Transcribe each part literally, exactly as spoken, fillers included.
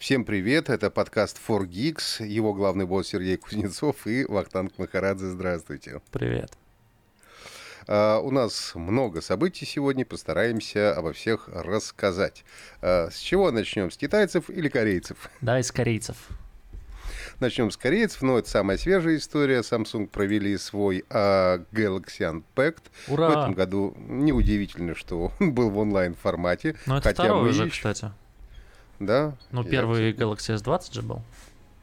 Всем привет, это подкаст фор гикс, его главный босс Сергей Кузнецов и Вахтанг Махарадзе. Здравствуйте. Привет. Uh, у нас много событий сегодня, постараемся обо всех рассказать. Uh, с чего начнем, с китайцев или корейцев? Да, из корейцев. Начнем с корейцев, но это самая свежая история. Samsung провели свой uh, Galaxy Unpacked. Ура! В этом году неудивительно, что он был в онлайн-формате. Ну, это хотя второй мы уже, еще... кстати. Да? Ну, первый Galaxy эс двадцать же был.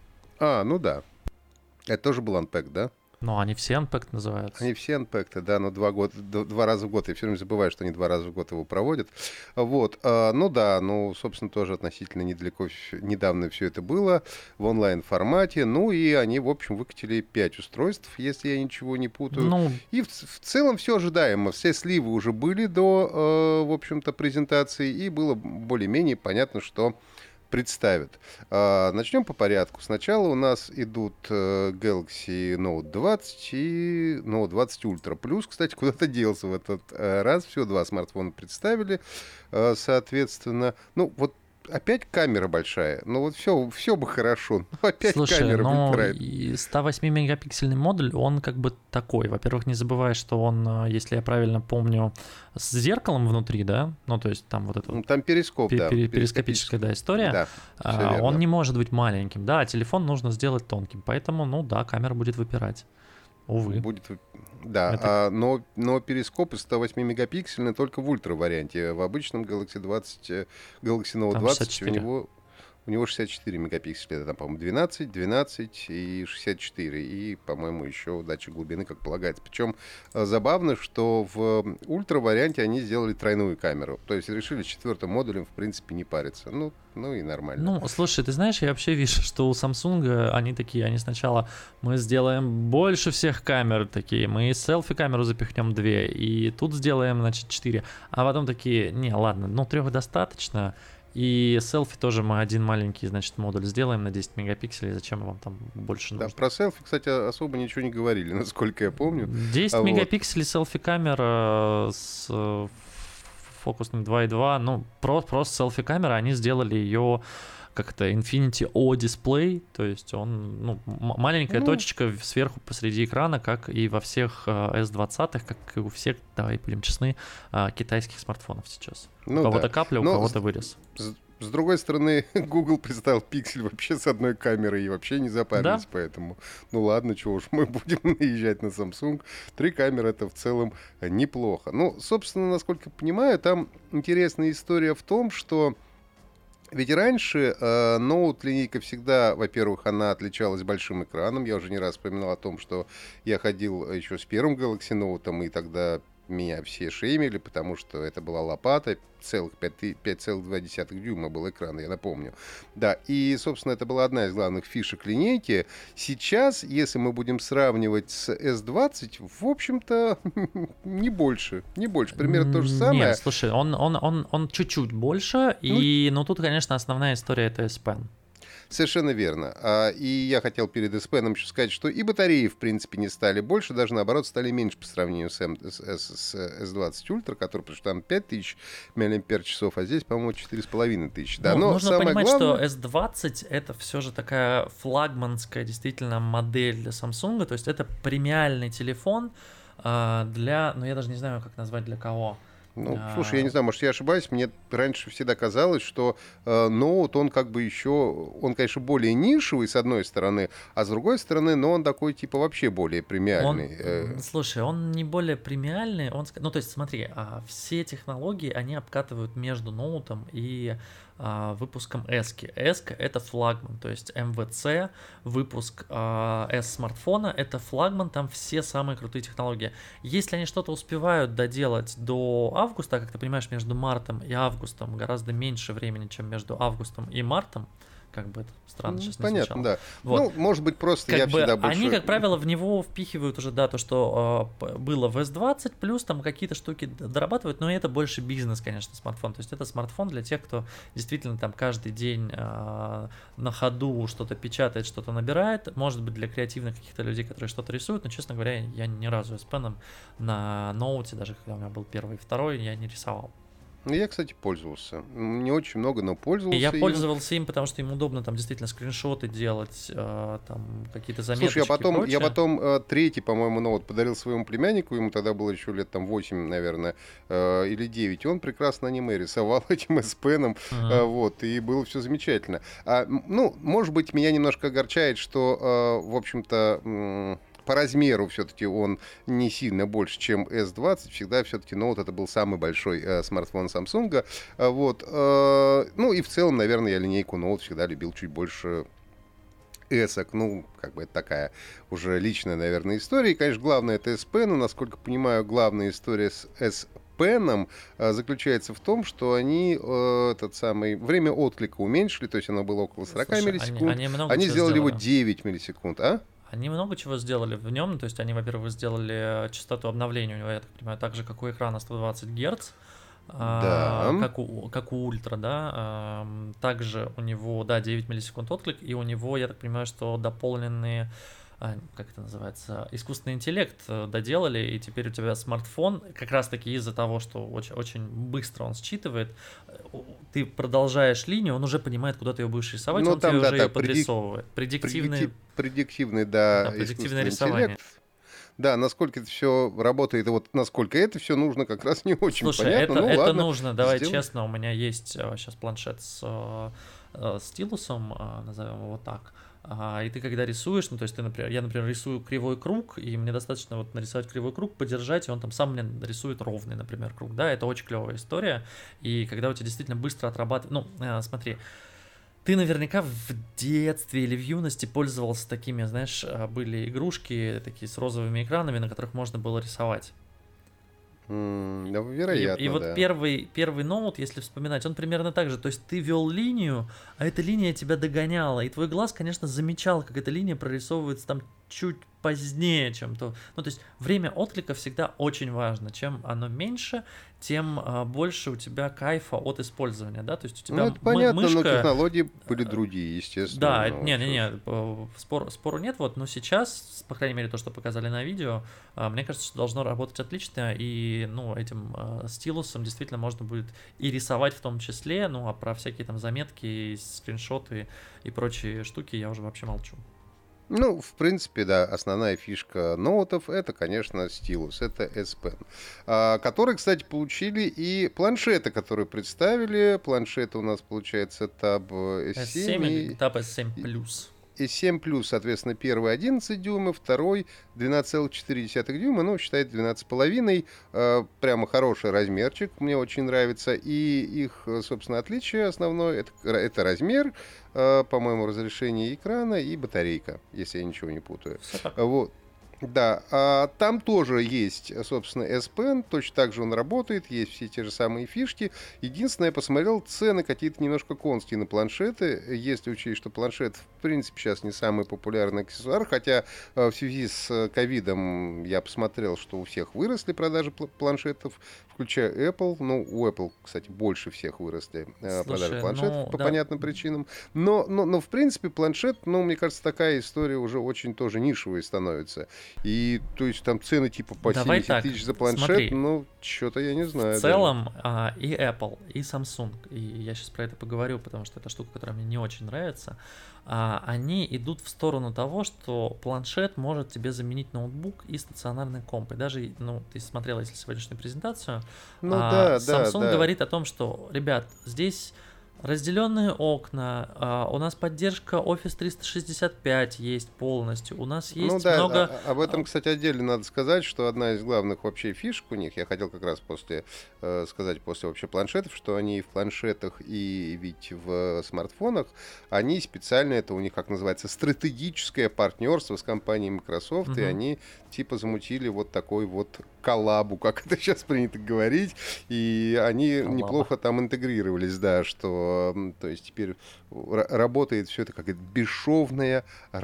А, ну да. Это тоже был Unpacked, да? Ну, они все Unpacked называются. Они все Unpacked, да, но два, года, два раза в год. Я все время забываю, что они два раза в год его проводят. Вот, а, ну да, ну, собственно, тоже относительно недалеко, недавно все это было в онлайн-формате. Ну и они, в общем, выкатили пять устройств, если я ничего не путаю. Ну... И в, в целом все ожидаемо. Все сливы уже были до, э, в общем-то, презентации, и было более-менее понятно, что представят. А, начнем по порядку. Сначала у нас идут э, Galaxy Note двадцать и Note двадцать Ultra. Плюс, кстати, куда-то делся в этот э, раз. Всего два смартфона представили. Э, соответственно, ну вот опять камера большая. Ну вот все, все бы хорошо. Но опять Слушай, камера но вытирает. сто восемь мегапиксельный модуль, он как бы такой. Во-первых, не забывай, что он, если я правильно помню, с зеркалом внутри, да? Ну, то есть там вот это... Ну, там перископ, пер- да. Пер- перископическая, да, история. Да, а, он не может быть маленьким, да, а телефон нужно сделать тонким. Поэтому, ну да, камера будет выпирать. Увы. Будет, да, Это... а, но, но перископ из сто восемь мегапиксельный только в ультра варианте. В обычном Galaxy двадцать, Galaxy Note там двадцать шестьдесят четыре. у него, у него шестьдесят четыре мегапикселя. Там, по-моему, двенадцать, двенадцать и шестьдесят четыре. И, по-моему, еще датчик глубины, как полагается. Причем забавно, что в ультра варианте они сделали тройную камеру. То есть решили с четвертым модулем, в принципе, не париться. Ну, ну и нормально. Ну, слушай, ты знаешь, я вообще вижу, что у Samsung они такие, они сначала мы сделаем больше всех камер такие, мы и селфи-камеру запихнем две, и тут сделаем, значит, четыре, а потом такие, не, ладно, ну трех достаточно, и селфи тоже мы один маленький, значит, модуль сделаем на десять мегапикселей, зачем вам там больше нужно? Да, про селфи, кстати, особо ничего не говорили, насколько я помню. десять а мегапикселей вот. Селфи-камера с фокусным два и два, ну, просто, просто селфи-камера, они сделали ее как-то Infinity O дисплей, то есть он, ну, маленькая ну, точечка сверху посреди экрана, как и во всех эс двадцать, как и у всех, давай будем честны, китайских смартфонов сейчас. Ну, у кого-то да. капля, у Но кого-то вырез. С, с другой стороны, Google представил пиксель вообще с одной камерой и вообще не запарились, да? Поэтому, ну ладно, чего уж мы будем наезжать на Samsung. Три камеры — это в целом неплохо. Ну, собственно, насколько я понимаю, там интересная история в том, что ведь раньше э, Note линейка всегда, во-первых, она отличалась большим экраном. Я уже не раз вспоминал о том, что я ходил еще с первым Galaxy Note, и тогда меня все шеймили, потому что это была лопата, целых пять целых два десятых дюйма был экран, я напомню. Да, и, собственно, это была одна из главных фишек линейки. Сейчас, если мы будем сравнивать с эс двадцать, в общем-то, не больше, не больше, примерно то же самое. Нет, слушай, он, он, он, он чуть-чуть больше, ну, и, ну, тут, конечно, основная история — это S Pen. Совершенно верно. И я хотел перед S Pen еще сказать, что и батареи, в принципе, не стали больше, даже наоборот стали меньше по сравнению с, эс двадцать Ultra, который, потому что там пять тысяч мАч, а здесь, по-моему, четыре с половиной тысячи. Да, ну, но нужно самое понимать, главное... что эс двадцать это все же такая флагманская действительно модель для Samsung, то есть это премиальный телефон для, ну я даже не знаю, как назвать для кого. Ну, слушай, я не знаю, может, я ошибаюсь, мне раньше всегда казалось, что э, Note, он как бы еще, он, конечно, более нишевый, с одной стороны, а с другой стороны, но он такой, типа, вообще более премиальный. Он, слушай, он не более премиальный, он, ну, то есть, смотри, все технологии, они обкатывают между Note и а, выпуском S-ки. S-ка — это флагман, то есть эм вэ цэ, выпуск а, S-смартфона — это флагман, там все самые крутые технологии. Если они что-то успевают доделать до августа, как ты понимаешь, между мартом и августом гораздо меньше времени, чем между августом и мартом, как бы это странно ну, сейчас понятно, не звучало. Да. Вот. Ну, может быть, просто как я бы всегда больше... Они, как правило, в него впихивают уже, да, то, что э, было в эс двадцать, плюс там какие-то штуки дорабатывают, но это больше бизнес, конечно, смартфон. То есть это смартфон для тех, кто действительно там каждый день э, на ходу что-то печатает, что-то набирает. Может быть, для креативных каких-то людей, которые что-то рисуют, но, честно говоря, я ни разу S Pen на ноуте, даже когда у меня был первый и второй, я не рисовал. Ну, я, кстати, пользовался. Не очень много, но пользовался Я им. пользовался им, потому что им удобно там действительно скриншоты делать, э, там какие-то заметочки. Слушай, я потом, и прочее. я потом э, третий, по-моему, ноут подарил своему племяннику, ему тогда было еще лет там восемь, наверное, э, или девять, и он прекрасно аниме рисовал этим S Pen, uh-huh. э, вот, и было все замечательно. А, ну, может быть, меня немножко огорчает, что, э, в общем-то, м- по размеру все-таки он не сильно больше, чем эс двадцать. Всегда все-таки ноут это был самый большой э, смартфон Samsung. Э, вот. Э, ну и в целом, наверное, я линейку ноут всегда любил чуть больше эсок. Ну, как бы это такая уже личная, наверное, история. И, конечно, главное это S Pen. Насколько понимаю, главная история с S Pen э, заключается в том, что они э, этот самый время отклика уменьшили, то есть оно было около сорок Слушай, миллисекунд. Они, они, много они чего сделали сделали. его девять миллисекунд, а? Они много чего сделали в нем, то есть они, во-первых, сделали частоту обновления у него, я так понимаю, так же, как у экрана сто двадцать герц, Да. а, как, у, как у ультра, да, а, также у него, да, девять миллисекунд отклик, и у него, я так понимаю, что дополненные, а, как это называется, искусственный интеллект доделали, и теперь у тебя смартфон, как раз-таки из-за того, что очень, очень быстро он считывает, ты продолжаешь линию, он уже понимает, куда ты ее будешь рисовать, Ну, он там, тебе да, уже да, ее подрисовывает. Предиктивный... Предиктив, предиктивный, да, Да, предиктивное искусственный рисование. интеллект. Да, насколько это все работает, и вот насколько это все нужно, как раз не очень Слушай, понятно. это, ну, это ладно, нужно, давай сделаем. честно, у меня есть сейчас планшет с э, стилусом, э, назовем его так. А, и ты когда рисуешь, ну то есть ты, например, я, например, рисую кривой круг, и мне достаточно вот нарисовать кривой круг, подержать, и он там сам мне рисует ровный, например, круг, да, это очень клевая история, и когда у тебя действительно быстро отрабатывает, ну, э, смотри, ты наверняка в детстве или в юности пользовался такими, знаешь, были игрушки такие с розовыми экранами, на которых можно было рисовать. Mm, ну, вероятно, и, и вот да. первый, первый ноут, если вспоминать, он примерно так же. То есть ты вел линию, а эта линия тебя догоняла. И твой глаз, конечно, замечал, как эта линия прорисовывается там чуть позднее, чем то. Ну, то есть время отклика всегда очень важно. Чем оно меньше, тем а, больше у тебя кайфа от использования, да, то есть у тебя ну, это понятно, мышка... но технологии были другие, естественно. Да, ну, не-не-не, спор, спору нет, вот, но сейчас, по крайней мере, то, что показали на видео, мне кажется, что должно работать отлично, и, ну, этим стилусом действительно можно будет и рисовать в том числе, ну, а про всякие там заметки, скриншоты и прочие штуки я уже вообще молчу. Ну, в принципе, да, основная фишка ноутов это, конечно, стилус, это S Pen, а, которые, кстати, получили и планшеты, которые представили. Планшеты у нас, получается, Tab эс семь, и Tab эс семь плюс. эс семь плюс, соответственно, первый одиннадцать дюймов, второй двенадцать целых четыре десятых дюйма, ну, считает двенадцать с половиной, э, прямо хороший размерчик, мне очень нравится, и их, собственно, отличие основное, это, это размер, э, по-моему, разрешение экрана и батарейка, если я ничего не путаю. Вот. Да, а там тоже есть, собственно, S Pen, точно так же он работает, есть все те же самые фишки. Единственное, я посмотрел, цены какие-то немножко конские на планшеты, если учесть, что планшет, в принципе, сейчас не самый популярный аксессуар, хотя в связи с ковидом я посмотрел, что у всех выросли продажи планшетов, включая Apple. Ну, у Apple, кстати, больше всех выросли Слушай, продажи планшетов ну, по да. понятным причинам. Но, но, но, в принципе, планшет, ну, мне кажется, такая история уже очень тоже нишевой становится. И, то есть, там цены типа по Давай семьдесят тысяч за планшет, смотри. ну, что-то я не знаю. В целом, а, и Apple, и Samsung, и я сейчас про это поговорю, потому что это штука, которая мне не очень нравится, а, они идут в сторону того, что планшет может тебе заменить ноутбук и стационарный комп. И даже, ну, ты смотрела, если сегодняшнюю презентацию, ну, а, да, Samsung да, да. говорит о том, что, ребят, здесь... разделенные окна, а, у нас поддержка Office триста шестьдесят пять есть полностью, у нас есть ну, да, много... А, об этом, кстати, отдельно надо сказать, что одна из главных вообще фишек у них, я хотел как раз после э, сказать после вообще планшетов, что они и в планшетах, и ведь в смартфонах, они специально, это у них, как называется, стратегическое партнерство с компанией Microsoft, uh-huh. и они типа замутили вот такой вот коллабу, как это сейчас принято говорить, и они Коллаба. неплохо там интегрировались, да, что то есть теперь работает все это как бесшовная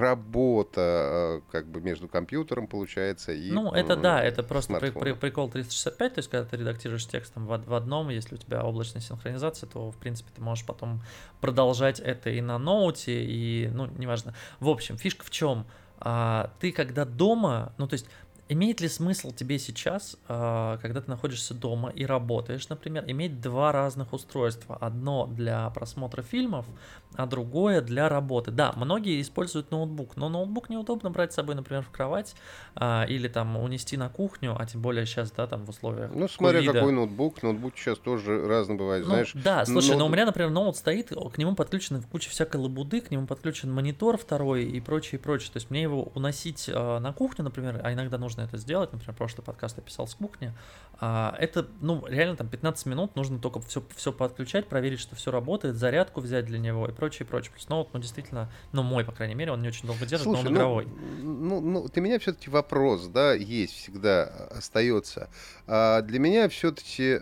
работа как бы между компьютером, получается, и Ну, это да, это просто при, при, смартфоном. прикол триста шестьдесят пять, то есть когда ты редактируешь текстом в, в одном, если у тебя облачная синхронизация, то, в принципе, ты можешь потом продолжать это и на ноуте, и, ну, неважно. В общем, фишка в чем? А, ты когда дома, ну, то есть Имеет ли смысл тебе сейчас, а, когда ты находишься дома и работаешь, например, иметь два разных устройства? Одно для просмотра фильмов, а другое для работы. Да, многие используют ноутбук, но ноутбук неудобно брать с собой, например, в кровать а, или там унести на кухню, а тем более сейчас, да, там в условиях Ну, смотря ковида. какой ноутбук. Ноутбук сейчас тоже разный бывает, Ну, знаешь. да, слушай, ноут- но у меня, например, ноут стоит, к нему подключена куча всякой лабуды, к нему подключен монитор второй и прочее, прочее. То есть мне его уносить э, на кухню, например, а иногда нужно это сделать, например, прошлый подкаст я писал с кухни, а, это, ну, реально там пятнадцать минут, нужно только все, все подключать, проверить, что все работает, зарядку взять для него и прочее, прочее. Плюс ноут, ну, действительно, ну, мой, по крайней мере, он не очень долго держит, Слушай, но он ну, игровой. ну, ну, для меня все-таки вопрос, да, есть всегда, а, остается. А для меня все-таки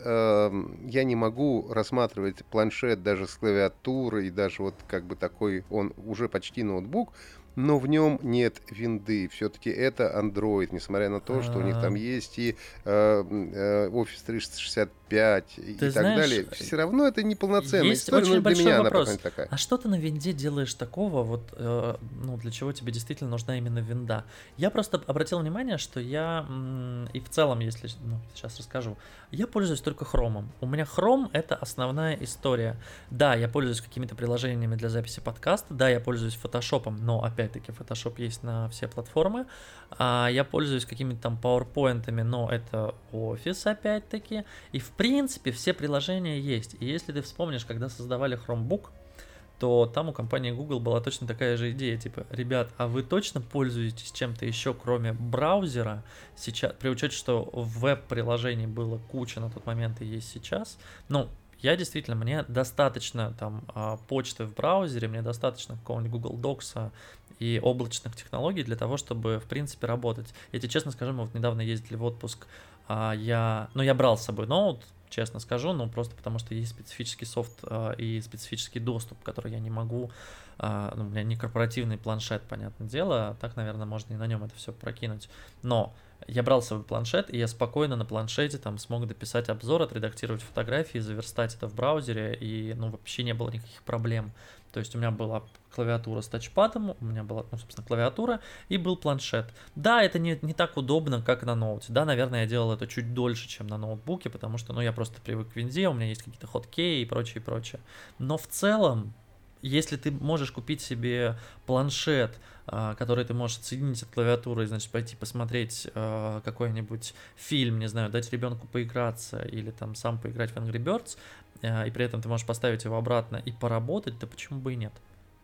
я не могу рассматривать планшет даже с клавиатурой, даже вот как бы такой, он уже почти ноутбук, но в нем нет винды. Все-таки это Android, несмотря на то, что у них там А, есть и э, э, Office триста шестьдесят пять и Ты так знаешь, далее. Все равно это неполноценная есть история, очень но для большой меня она, по вопрос. крайней мере, такая. А что ты на винде делаешь такого, вот, э, ну, для чего тебе действительно нужна именно винда? Я просто обратил внимание, что я, м, и в целом, если, ну, сейчас расскажу, я пользуюсь только хромом. У меня хром — это основная история. Да, я пользуюсь какими-то приложениями для записи подкаста, да, я пользуюсь фотошопом, но, опять-таки, фотошоп есть на все платформы. А я пользуюсь какими-то там пауэрпоинтами, но это офис, опять-таки. И, в принципе, все приложения есть. И если ты вспомнишь, когда создавали Chromebook, то там у компании Google была точно такая же идея, типа, ребят, а вы точно пользуетесь чем-то еще, кроме браузера, сейчас, при учете, что в веб-приложений было куча на тот момент и есть сейчас, ну, я действительно, мне достаточно там а, почты в браузере, мне достаточно какого-нибудь Google Docs и облачных технологий для того, чтобы, в принципе, работать. Я тебе честно скажу, мы вот недавно ездили в отпуск, а, я, ну, я брал с собой ноут, честно скажу, ну, просто потому что есть специфический софт а, и специфический доступ, который я не могу, а, ну, у меня не корпоративный планшет, понятное дело, а так, наверное, можно и на нем это все прокинуть, но я брал с собой планшет, и я спокойно на планшете там смог дописать обзор, отредактировать фотографии, заверстать это в браузере, и, ну, вообще не было никаких проблем. То есть у меня была клавиатура с тачпадом, у меня была, ну, собственно, клавиатура, и был планшет. Да, это не, не так удобно, как на ноуте. Да, наверное, я делал это чуть дольше, чем на ноутбуке, потому что, ну, я просто привык к винде, у меня есть какие-то хоткеи и прочее, прочее. Но в целом, если ты можешь купить себе планшет, который ты можешь соединить от клавиатуры, значит, пойти посмотреть э, какой-нибудь фильм, не знаю, дать ребенку поиграться или там сам поиграть в Angry Birds, э, и при этом ты можешь поставить его обратно и поработать, то почему бы и нет?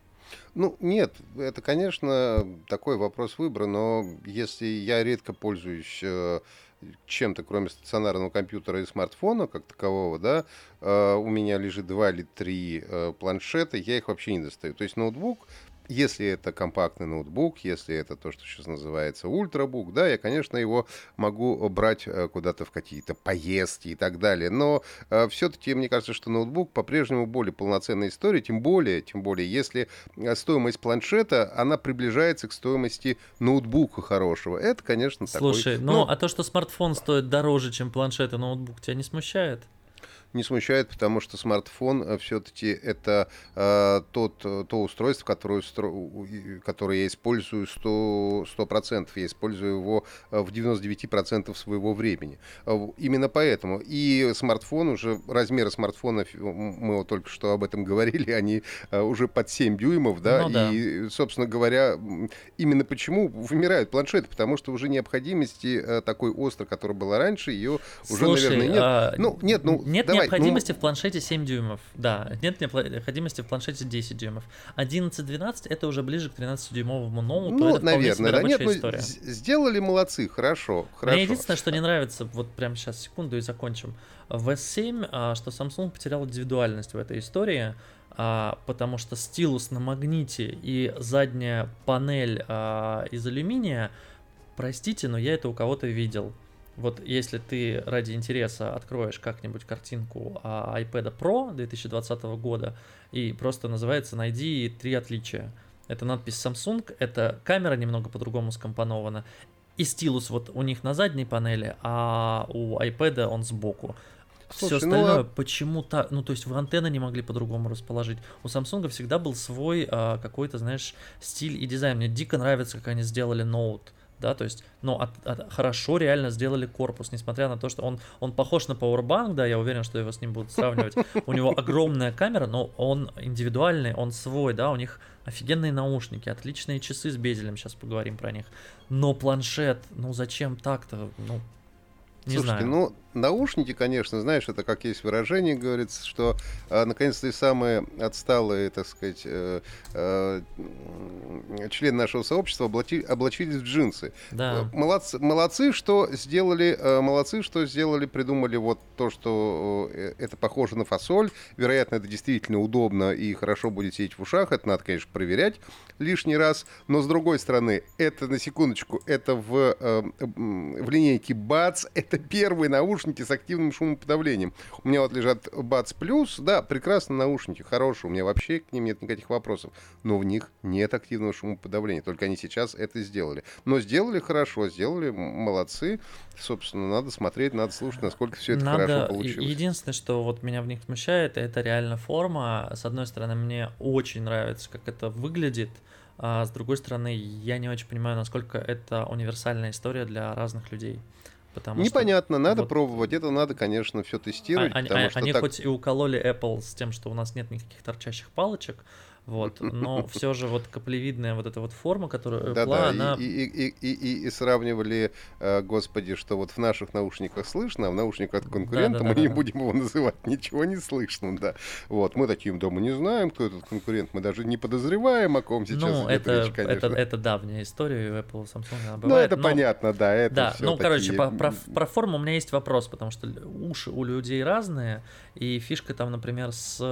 Ну, нет, это, конечно, такой вопрос выбора, но если я редко пользуюсь э, чем-то, кроме стационарного компьютера и смартфона, как такового, да, э, у меня лежит два или три э, планшета, я их вообще не достаю. То есть ноутбук, если это компактный ноутбук, если это то, что сейчас называется ультрабук, да, я, конечно, его могу брать э, куда-то в какие-то поездки и так далее. Но э, все-таки мне кажется, что ноутбук по-прежнему более полноценная история, тем более, тем более, если э, стоимость планшета, она приближается к стоимости ноутбука хорошего. Это, конечно, Слушай, такой... ну, ну, а то, что смартфон стоит дороже, чем планшет и ноутбук, тебя не смущает? не смущает, потому что смартфон все-таки это э, тот, то устройство, которое, которое я использую сто процентов. Я использую его в девяносто девять процентов своего времени. Именно поэтому. И смартфон, уже размеры смартфона, мы вот только что об этом говорили, они уже под семь дюймов, да, Ну, да. и, собственно говоря, именно почему вымирают планшеты, потому что уже необходимости такой острой, которая была раньше, ее уже, Слушай, наверное, нет. а, Ну, нет, ну, нет давай, необходимости ну, в планшете семь дюймов, да, нет необходимости в планшете десять дюймов. одиннадцать-двенадцать это уже ближе к тринадцатидюймовому ноуту, ну, это вполне наверное, себе да, рабочая нет, ну, история. сделали молодцы, хорошо, хорошо. Мне единственное, что не нравится, вот прямо сейчас, секунду и закончим. В эс семь, а, что Samsung потерял индивидуальность в этой истории, а, потому что стилус на магните и задняя панель а, из алюминия, простите, но я это у кого-то видел. Вот если ты ради интереса откроешь как-нибудь картинку а, iPad Pro две тысячи двадцатого года и просто называется «Найди три отличия». Это надпись Samsung, это камера немного по-другому скомпонована, и стилус вот у них на задней панели, а у iPad он сбоку. Все Слушай, ну, остальное а- почему так? Ну, то есть в антенны не могли по-другому расположить. У Samsung всегда был свой а, какой-то, знаешь, стиль и дизайн. Мне дико нравится, как они сделали ноут. да, то есть, ну, от, от, хорошо реально сделали корпус, несмотря на то, что он, он похож на Powerbank, да, я уверен, что его с ним будут сравнивать, у него огромная камера, но он индивидуальный, он свой, да, у них офигенные наушники, отличные часы с безелем, сейчас поговорим про них, но планшет, ну, зачем так-то, ну, не Слушайте, знаю. ну, наушники, конечно, знаешь, это как есть выражение, говорится, что э, наконец-то и самые отсталые, так сказать, э, э, члены нашего сообщества облачи, облачились в джинсы. Да. Молодцы, молодцы, что сделали, э, молодцы, что сделали, придумали вот то, что э, это похоже на фасоль. Вероятно, это действительно удобно и хорошо будет сидеть в ушах. Это надо, конечно, проверять лишний раз. Но, с другой стороны, это, на секундочку, это в, э, в линейке Buds, это первые наушники с активным шумоподавлением. У меня вот лежат Buds Plus, да, прекрасные наушники, хорошие, у меня вообще к ним нет никаких вопросов, но в них нет активного шумоподавления, только они сейчас это сделали. Но сделали хорошо, сделали, молодцы, собственно, надо смотреть, надо слушать, насколько все это Надо... хорошо получилось. Единственное, что вот меня в них смущает, это реально форма. С одной стороны, мне очень нравится, как это выглядит, а с другой стороны, я не очень понимаю, насколько это универсальная история для разных людей. Потому Непонятно, что надо вот пробовать, это надо, конечно, все тестировать. они, потому что они так... хоть и укололи Apple с тем, что у нас нет никаких торчащих палочек, вот, но все же вот каплевидная вот эта вот форма, которую Apple, Да-да, она... и, и, и, и, и, и сравнивали, э, господи, что вот в наших наушниках слышно, а в наушниках от конкурента мы не будем его называть, ничего не слышно, да. Вот, мы таким, да, мы не знаем, кто этот конкурент, мы даже не подозреваем, о ком сейчас Ну, идет это, речь, конечно. это, это давняя история, у Apple, Samsung она бывает. Ну, это но... понятно, да, это Да, все ну, такие... короче, по, про, про форму у меня есть вопрос, потому что уши у людей разные, и фишка там, например,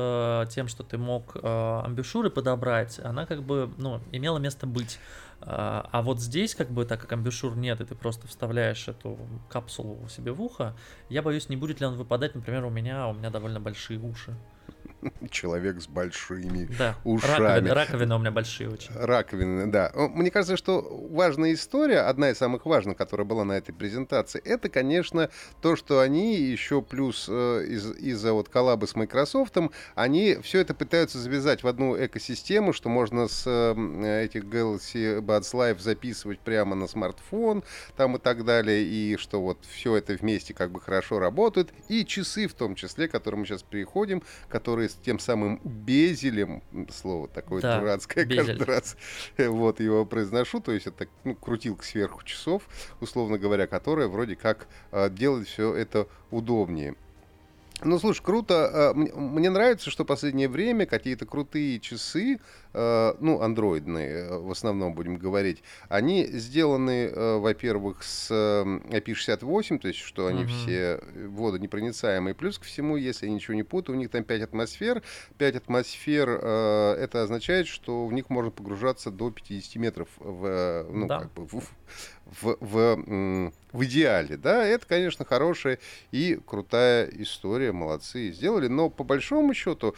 с тем, что ты мог э, амбушюры подобрать, она как бы, ну, имела место быть. А, а вот здесь, как бы, так как амбушюр нет, и ты просто вставляешь эту капсулу себе в ухо, я боюсь, не будет ли он выпадать, например, у меня, у меня довольно большие уши. Человек с большими да. ушами. Раковины, раковины у меня большие очень. Раковины, да. Мне кажется, что важная история, одна из самых важных, которая была на этой презентации, это, конечно, то, что они еще плюс э, из- из-за вот коллаба с Microsoft, они все это пытаются завязать в одну экосистему, что можно с э, этих Galaxy Buds Live записывать прямо на смартфон, там и так далее, и что вот все это вместе как бы хорошо работает, и часы в том числе, к которым мы сейчас переходим, которые с тем самым безелем, слово такое Да, дурацкое, безель. каждый раз вот его произношу, то есть это ну, крутилка сверху часов, условно говоря, которая вроде как э, делает все это удобнее. Ну, слушай, круто. Мне, мне нравится, что в последнее время какие-то крутые часы, э, ну, андроидные, в основном будем говорить, они сделаны, э, во-первых, с ай пи шестьдесят восемь, то есть, что они Мгм. все водонепроницаемые. Плюс ко всему, если я ничего не путаю, у них там пять атмосфер. пять атмосфер, э, это означает, что в них можно погружаться до пятьдесят метров в, ну, Да. как бы в, в, в, м, в идеале, да, это, конечно, хорошая и крутая история, молодцы, сделали, но по большому счету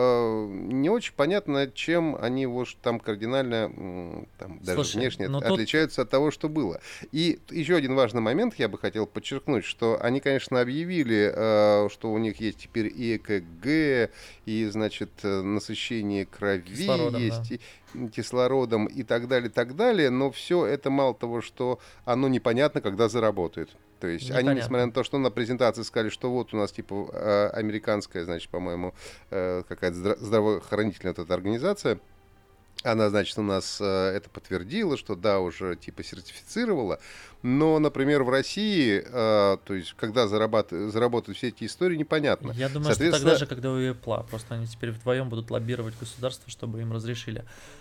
э, не очень понятно, чем они вот там кардинально, м, там, даже Слушай, внешне ну от- тут- отличаются от того, что было. И еще один важный момент я бы хотел подчеркнуть, что они, конечно, объявили, э, что у них есть теперь и ЭКГ, и, значит, э, насыщение крови Кислородом, есть, да. и- кислородом и так далее, так далее, но все это мало того, что оно непонятно, когда заработает. То есть они, Непонятно. несмотря на то, что на презентации сказали, что вот у нас типа э, американская, значит, по-моему, э, какая-то здра- здравоохранительная вот эта организация, она, значит, у нас э, это подтвердила, что да, уже типа сертифицировала. Но, например, в России, э, то есть, когда зарабат- заработают все эти истории, непонятно. Я думаю, что Соответственно, тогда же, когда у Apple, просто они теперь вдвоем будут лоббировать государство, чтобы им разрешили.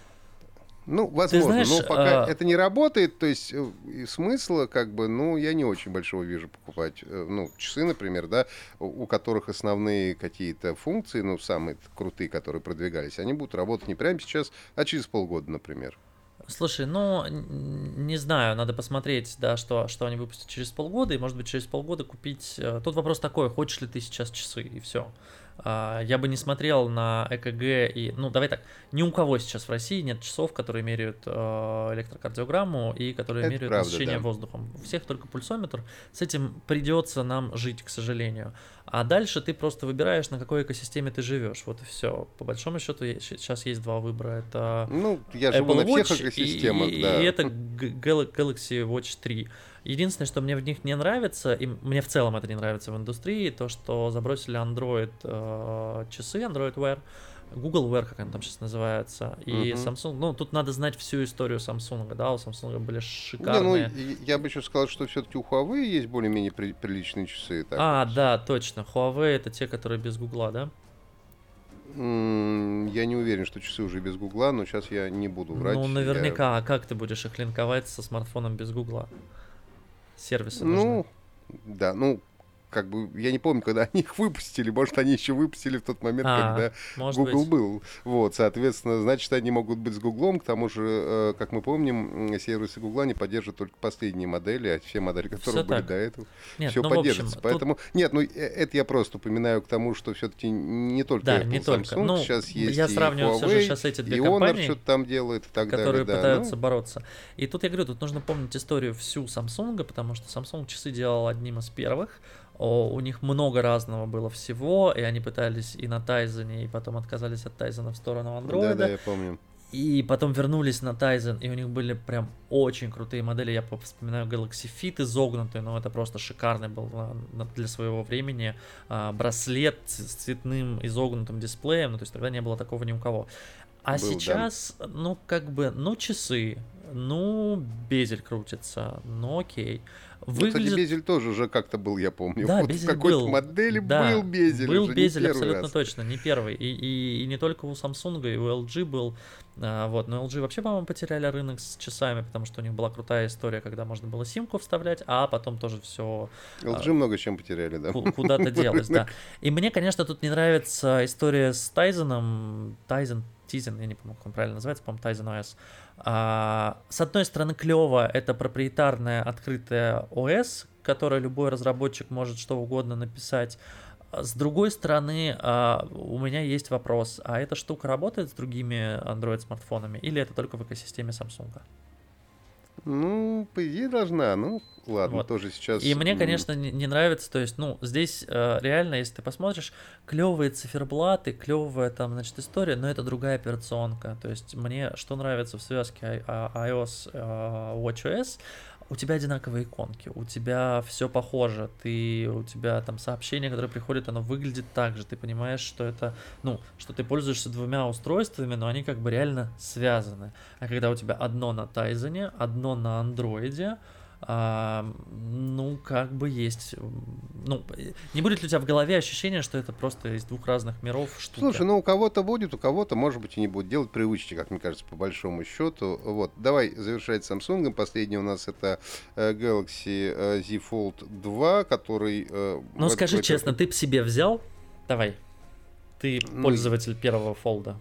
Ну, возможно, знаешь, но пока а- это не работает, то есть э, и смысла, как бы, ну, я не очень большого вижу покупать, э, ну, часы, например, да, у у которых основные какие-то функции, ну, самые крутые, которые продвигались, они будут работать не прямо сейчас, а через полгода, например. Слушай, ну, н- не знаю, надо посмотреть, да, что, что они выпустят через полгода, и, может быть, через полгода купить... э, Тут вопрос такой, хочешь ли ты сейчас часы, и все. Я бы не смотрел на ЭКГ и... Ну, давай так, ни у кого сейчас в России нет часов, которые меряют электрокардиограмму и которые Это меряют правда, насыщение да. воздухом. У всех только пульсометр. С этим придется нам жить, к сожалению. А дальше ты просто выбираешь, на какой экосистеме ты живешь. Вот и все. По большому счету сейчас есть два выбора. Это ну, я живу Apple на всех Watch экосистемах, и, да. и это Galaxy Watch три. Единственное, что мне в них не нравится, и мне в целом это не нравится в индустрии, то, что забросили Android э, часы, Android Wear, Google Wear, как они там сейчас называются, и uh-huh. Samsung. Ну, тут надо знать всю историю Samsung, да, у Samsung были шикарные. Не, ну, я бы еще сказал, что все-таки у Huawei есть более-менее при, приличные часы. Так а, вот. Да, точно. Huawei это те, которые без Гугла, да? Я не уверен, что часы уже без Гугла, но сейчас я не буду врать. Ну, наверняка. Я... А как ты будешь их линковать со смартфоном без Гугла? Сервисы ну, нужны. Да, ну, как бы, я не помню, когда они их выпустили, может, они еще выпустили в тот момент, а, когда Google быть. был. Вот, соответственно, значит, они могут быть с Гуглом, к тому же, э, как мы помним, сервисы Гугла не поддерживают только последние модели, а все модели, которые Всё были так. до этого, Нет, все ну, поддерживается. В общем, Поэтому, тут... нет, ну, это я просто упоминаю к тому, что все-таки не только да, Apple, не Samsung, только. Ну, сейчас есть я и сравниваю Huawei, все же сейчас эти две и Honor компании, что-то там делает и так которые далее. пытаются да, ну... бороться. И тут я говорю, тут нужно помнить историю всю Samsung, потому что Samsung часы делал одним из первых. О, у них много разного было всего, и они пытались и на Тайзене, и потом отказались от Тайзена в сторону Андроида. Да, да, я помню. И потом вернулись на Tizen, и у них были прям очень крутые модели. Я вспоминаю Galaxy Fit изогнутый, но это просто шикарный был для своего времени. Браслет с цветным изогнутым дисплеем, ну то есть тогда не было такого ни у кого. А был, сейчас, да. ну как бы, ну часы, ну безель крутится, ну окей. Выглядит... Ну, кстати, безель тоже уже как-то был, я помню. Да, вот безель в какой-то был. модели да, был безель. Был уже безель не абсолютно раз. точно, не первый. И, и, и не только у Samsung, и у эл джи был. А, вот. Но эл джи вообще, по-моему, потеряли рынок с часами, потому что у них была крутая история, когда можно было симку вставлять, а потом тоже все... эл джи а, много чем потеряли, да. Куда-то делось, да. И мне, конечно, тут не нравится история с Тайзеном. Тайзен, Тизен, я не помню, как он правильно называется, по-моему, Тайзен о эс. А, с одной стороны, клево, это проприетарная открытая о эс, которое любой разработчик может что угодно написать. С другой стороны, у меня есть вопрос, а эта штука работает с другими Android-смартфонами или это только в экосистеме Samsung? Ну, по идее должна, ну ладно, вот. Тоже сейчас... И мне, конечно, не, не нравится, то есть, ну, здесь э, реально, если ты посмотришь, клевые циферблаты, клевая там, значит, история, но это другая операционка, то есть мне что нравится в связке iOS, э, watchOS, у тебя одинаковые иконки, у тебя все похоже, ты, у тебя там сообщение, которое приходит, оно выглядит так же, ты понимаешь, что это, ну, что ты пользуешься двумя устройствами, но они как бы реально связаны. А когда у тебя одно на Тайзене, одно на Андроиде, а, ну, как бы есть, ну, не будет ли у тебя в голове ощущение, что это просто из двух разных миров штука? Слушай, ну у кого-то будет, у кого-то, может быть, и не будет. Делать привычки, как мне кажется, по большому счету. Вот, давай завершать Samsung. Последний у нас это э, Galaxy э, Z Fold два, который... Э, ну, скажи этом... честно, ты бы себе взял? Давай. Ты ну, пользователь первого фолда.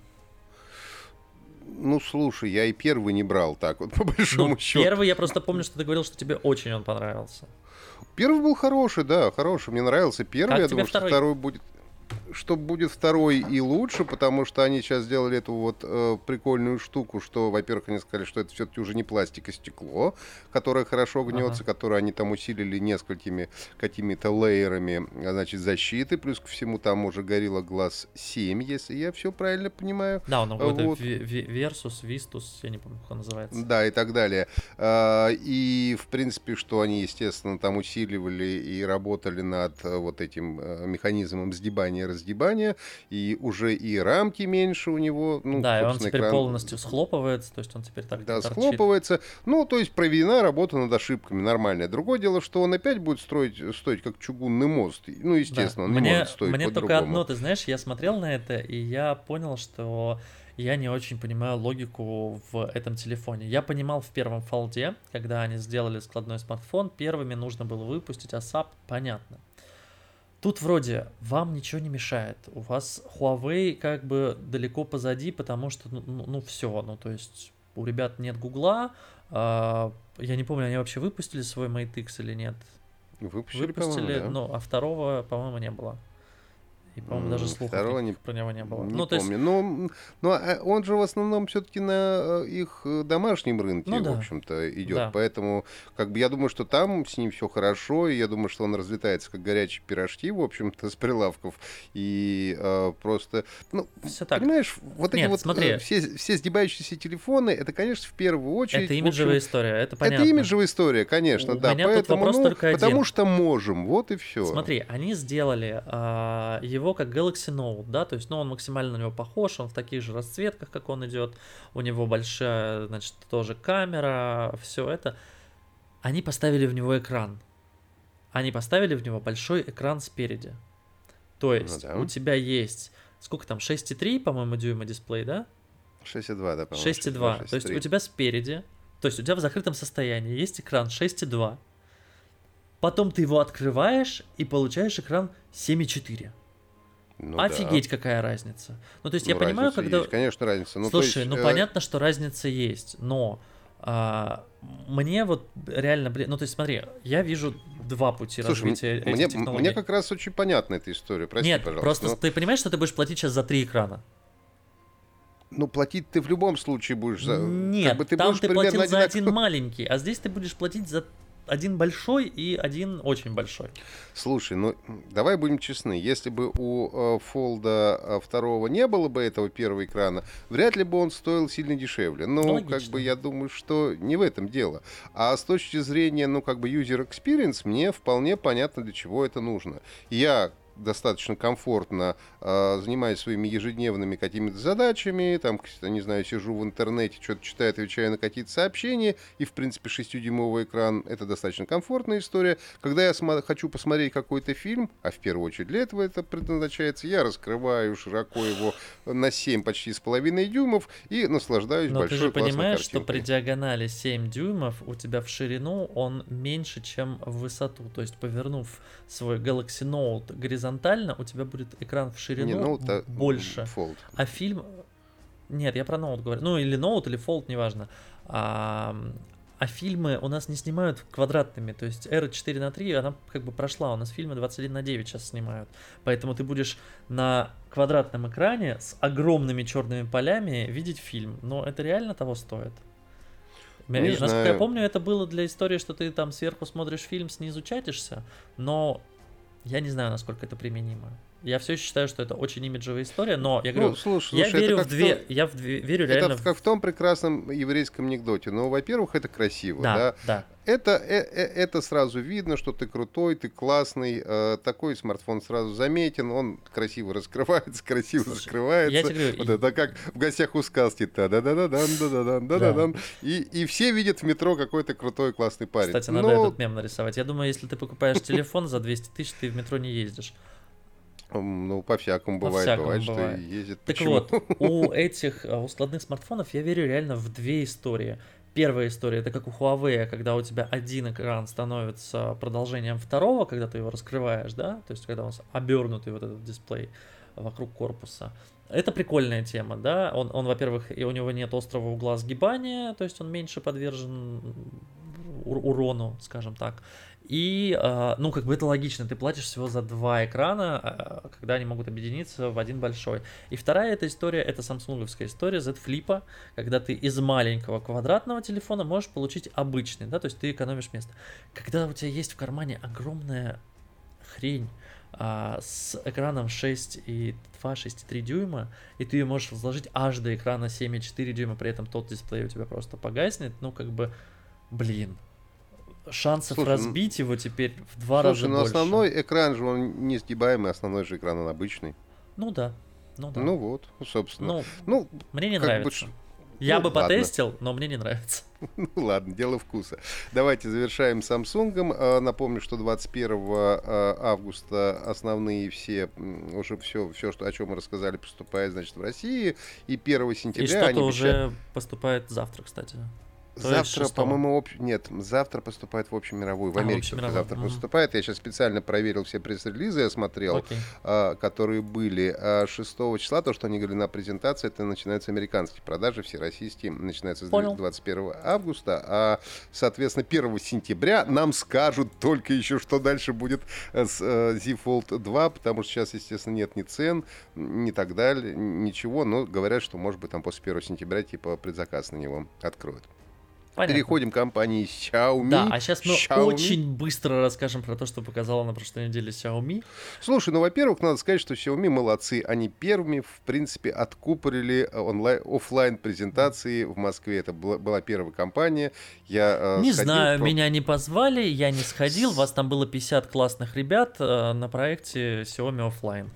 Ну, слушай, я и первый не брал так вот, по большому ну, счету. Первый, я просто помню, что ты говорил, что тебе очень он понравился. Первый был хороший, да, хороший. Мне нравился первый. Как я тебе думаю, второй? что второй будет... Что будет второй и лучше, потому что они сейчас сделали эту вот э, прикольную штуку, что, во-первых, они сказали, что это все-таки уже не пластик, а стекло, которое хорошо гнется, ага. которое они там усилили несколькими какими-то лейерами, значит, защиты, плюс ко всему там уже Gorilla Glass семь, если я все правильно понимаю. Да, он какой-то вот. Versus, Vistus, я не помню, как он называется. Да, и так далее. А, и, в принципе, что они, естественно, там усиливали и работали над вот этим э, механизмом сгибания раздебания, и уже и рамки меньше у него. Ну, да, и он теперь экран... полностью схлопывается, то есть он теперь так Да, торчит. схлопывается. Ну, то есть проведена работа над ошибками нормальная. Другое дело, что он опять будет строить, стоить как чугунный мост. Ну, естественно, да. он мне, не может стоить Мне по-другому. только одно, ты знаешь, я смотрел на это, и я понял, что я не очень понимаю логику в этом телефоне. Я понимал в первом фолде, когда они сделали складной смартфон, первыми нужно было выпустить асап, понятно. Тут вроде вам ничего не мешает, у вас Huawei как бы далеко позади, потому что, ну, ну все, ну то есть у ребят нет Гугла, а, я не помню, они вообще выпустили свой Mate X или нет? Выпустили, выпустили, да. ну, а второго, по-моему, не было. И, по-моему, даже слухов Второго не, про него не было. Не ну, помню. есть... Но, но он же в основном все-таки на их домашнем рынке, ну, да. в общем-то, идет. Да. Поэтому, как бы, я думаю, что там с ним все хорошо, и я думаю, что он разлетается как горячие пирожки, в общем-то, с прилавков. И э, просто, ну, все так. Понимаешь, вот Нет, эти вот смотри. все, все сгибающиеся телефоны, это, конечно, в первую очередь... Это имиджевая общем, история, это понятно. Это имиджевая история, конечно, У да. меня Поэтому, тут вопрос ну, только один. потому что можем, вот и все. Смотри, они сделали а, его как Galaxy Note, да, то есть, ну, он максимально на него похож, он в таких же расцветках, как он идет, у него большая, значит, тоже камера, все это. Они поставили в него экран. Они поставили в него большой экран спереди. То есть, ну, да. у тебя есть, сколько там, шесть и три, по-моему, дюйма дисплей, да? шесть и два, да, по-моему. шесть и два, то есть у тебя спереди, то есть у тебя в закрытом состоянии есть экран шесть и два. Потом ты его открываешь и получаешь экран семь и четыре. Ну, офигеть, да. Какая разница. Ну, то есть, ну, я понимаю, когда... Есть, конечно, разница. Ну, Слушай, есть, ну, э... понятно, что разница есть, но а, мне вот реально... Ну, то есть, смотри, я вижу два пути Слушай, развития этих мне, технологий. Мне как раз очень понятна эта история, прости, Нет, пожалуйста. просто но... ты понимаешь, что ты будешь платить сейчас за три экрана? Ну, платить ты в любом случае будешь за... Нет, как бы ты там будешь ты платил одинаково... за один маленький, а здесь ты будешь платить за... один большой и один очень большой. Слушай, ну давай будем честны. Если бы у Фолда второго не было бы этого первого экрана, вряд ли бы он стоил сильно дешевле. Ну, логично. Как бы я думаю, что не в этом дело. А с точки зрения, ну, как бы user experience, мне вполне понятно, для чего это нужно. Я достаточно комфортно э, занимаюсь своими ежедневными какими-то задачами, там, не знаю, сижу в интернете, что-то читаю, отвечаю на какие-то сообщения, и, в принципе, шестидюймовый экран — это достаточно комфортная история. Когда я см- хочу посмотреть какой-то фильм, а в первую очередь для этого это предназначается, я раскрываю широко его на семь почти с половиной дюймов и наслаждаюсь Но большой классной картинкой. Но ты же понимаешь, картинкой. что при диагонали семь дюймов у тебя в ширину он меньше, чем в высоту. То есть, повернув свой Galaxy Note горизонтально, у тебя будет экран в ширину не, note, а больше. Fold. А фильм... Нет, я про Note говорю. Ну, или Note, или Fold, неважно. А, а фильмы у нас не снимают квадратными. То есть эр четыре на три, она как бы прошла. У нас фильмы двадцать один на девять сейчас снимают. Поэтому ты будешь на квадратном экране с огромными черными полями видеть фильм. Но это реально того стоит? Не Насколько знаю. я помню, это было для истории, что ты там сверху смотришь фильм, снизу чатишься. Но... Я не знаю, насколько это применимо. Я все еще считаю, что это очень имиджевая история, но я говорю, ну, слушай, я слушай, верю в две, то... я в две, верю реально. Это как в том прекрасном еврейском анекдоте. Ну, во-первых, это красиво, да, да. да. Это, э, э, это сразу видно, что ты крутой, ты классный. Э, такой смартфон сразу заметен, он красиво раскрывается, красиво Слушай, закрывается. Я тебе говорю, вот это как в гостях у сказки. Да-да-да-да-да-да-да-да-да. И, и все видят в метро какой-то крутой, классный парень. Кстати, надо Но... этот мем нарисовать. Я думаю, если ты покупаешь телефон за двести тысяч, ты в метро не ездишь. Ну, по-всякому бывает, по-всякому бывает, бывает, что ездит. Так Почему? вот, у этих у складных смартфонов я верю реально в две истории. Первая история — это как у Huawei, когда у тебя один экран становится продолжением второго, когда ты его раскрываешь, да, то есть когда он обернутый вот этот дисплей вокруг корпуса. Это прикольная тема, да, он, он во-первых, и у него нет острого угла сгибания, то есть он меньше подвержен урону, скажем так. И, ну, как бы это логично, ты платишь всего за два экрана, когда они могут объединиться в один большой. И вторая эта история, это самсунговская история Z Flip, когда ты из маленького квадратного телефона можешь получить обычный, да, то есть ты экономишь место. Когда у тебя есть в кармане огромная хрень а, с экраном шесть и два, шесть и три дюйма, и ты ее можешь разложить аж до экрана семь и четыре дюйма, при этом тот дисплей у тебя просто погаснет, ну, как бы, блин. Шансов Слушай, разбить его теперь в два слушай, раза ну больше. Основной экран же он не сгибаемый, основной же экран он обычный. Ну да, ну да. Ну вот, собственно. Ну, ну мне не нравится. Бы... Я ну, бы ладно. потестил, но мне не нравится. Ну ладно, дело вкуса. Давайте завершаем Samsung. Напомню, что двадцать первого августа основные все, уже все, все что, о чем мы рассказали, поступает, значит, в России. И первого сентября... И что-то они уже обещают... поступает завтра, кстати. Завтра, по-моему, об... нет, завтра поступает в общемировую, в Америке а, завтра mm-hmm. поступает. Я сейчас специально проверил все пресс-релизы, я смотрел, okay. а, которые были а, шестого числа, то, что они говорили на презентации, это начинаются американские продажи, все российские начинаются с Понял. двадцать первого августа, а, соответственно, первого сентября нам скажут только еще, что дальше будет с а, Z Fold два, потому что сейчас, естественно, нет ни цен, ни так далее, ничего, но говорят, что, может быть, там после первого сентября, типа, предзаказ на него откроют. Понятно. Переходим к компании Xiaomi. Да, а сейчас мы Xiaomi. очень быстро расскажем про то, что показала на прошлой неделе Xiaomi. Слушай, ну, во-первых, надо сказать, что Xiaomi молодцы. Они первыми, в принципе, откупорили онлайн, офлайн презентации в Москве. Это была, была первая компания. Я, не э, знаю, про... меня не позвали, я не сходил. Вас там было пятьдесят классных ребят э, на проекте Xiaomi Offline.